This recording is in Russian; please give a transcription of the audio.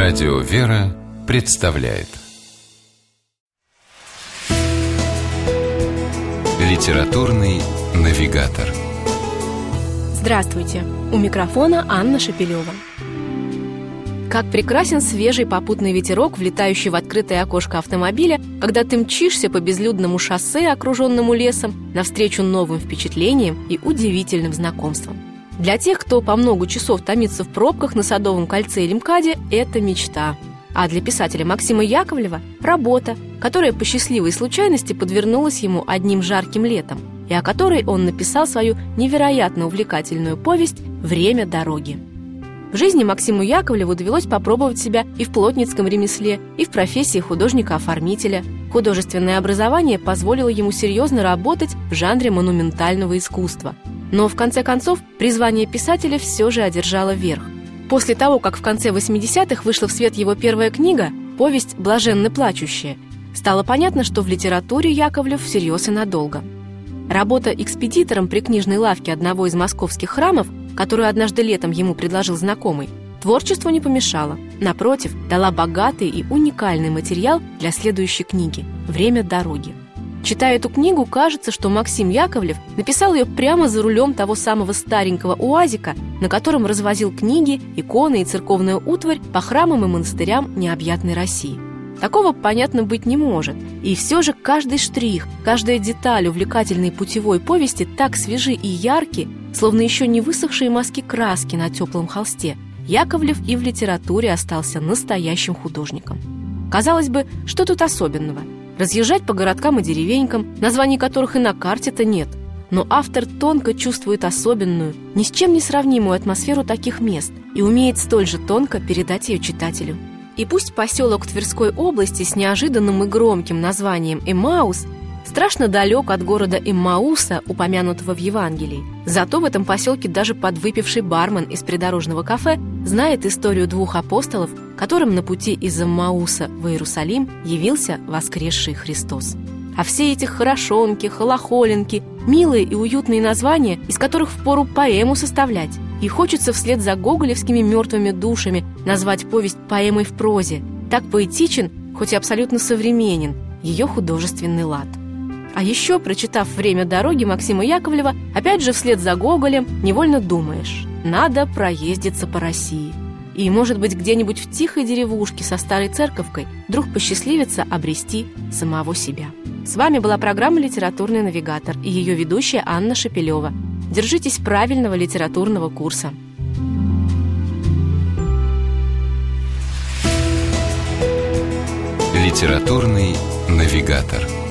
Радио «Вера» представляет Литературный навигатор. Здравствуйте! У микрофона Анна Шапилева. Как прекрасен свежий попутный ветерок, влетающий в открытое окошко автомобиля, когда ты мчишься по безлюдному шоссе, окруженному лесом, навстречу новым впечатлениям и удивительным знакомствам. Для тех, кто по много часов томится в пробках на Садовом кольце или МКАДе, это мечта. А для писателя Максима Яковлева – работа, которая по счастливой случайности подвернулась ему одним жарким летом, и о которой он написал свою невероятно увлекательную повесть «Время дороги». В жизни Максиму Яковлеву довелось попробовать себя и в плотницком ремесле, и в профессии художника-оформителя. Художественное образование позволило ему серьезно работать в жанре монументального искусства. Но, в конце концов, призвание писателя все же одержало верх. После того, как в конце 80-х вышла в свет его первая книга, повесть «Блаженно плачущая», стало понятно, что в литературе Яковлев всерьез и надолго. Работа экспедитором при книжной лавке одного из московских храмов, которую однажды летом ему предложил знакомый, творчеству не помешала. Напротив, дала богатый и уникальный материал для следующей книги «Время дороги». Читая эту книгу, кажется, что Максим Яковлев написал ее прямо за рулем того самого старенького УАЗика, на котором развозил книги, иконы и церковную утварь по храмам и монастырям необъятной России. Такого, понятно, быть не может. И все же каждый штрих, каждая деталь увлекательной путевой повести так свежи и ярки, словно еще не высохшие мазки краски на теплом холсте. Яковлев и в литературе остался настоящим художником. Казалось бы, что тут особенного? Разъезжать по городкам и деревенькам, названий которых и на карте-то нет. Но автор тонко чувствует особенную, ни с чем не сравнимую атмосферу таких мест и умеет столь же тонко передать ее читателю. И пусть поселок Тверской области с неожиданным и громким названием Эммаус страшно далек от города Эммауса, упомянутого в Евангелии, зато в этом поселке даже подвыпивший бармен из придорожного кафе знает историю двух апостолов, которым на пути из Эммауса в Иерусалим явился воскресший Христос. А все эти хорошонки, холохоленки, милые и уютные названия, из которых впору поэму составлять. И хочется вслед за гоголевскими мертвыми душами назвать повесть поэмой в прозе. Так поэтичен, хоть и абсолютно современен, ее художественный лад. А еще, прочитав «Время дороги» Максима Яковлева, опять же вслед за Гоголем невольно думаешь: надо проездиться по России. И, может быть, где-нибудь в тихой деревушке со старой церковкой вдруг посчастливится обрести самого себя. С вами была программа «Литературный навигатор» и ее ведущая Анна Шапилева. Держитесь правильного литературного курса. Литературный навигатор.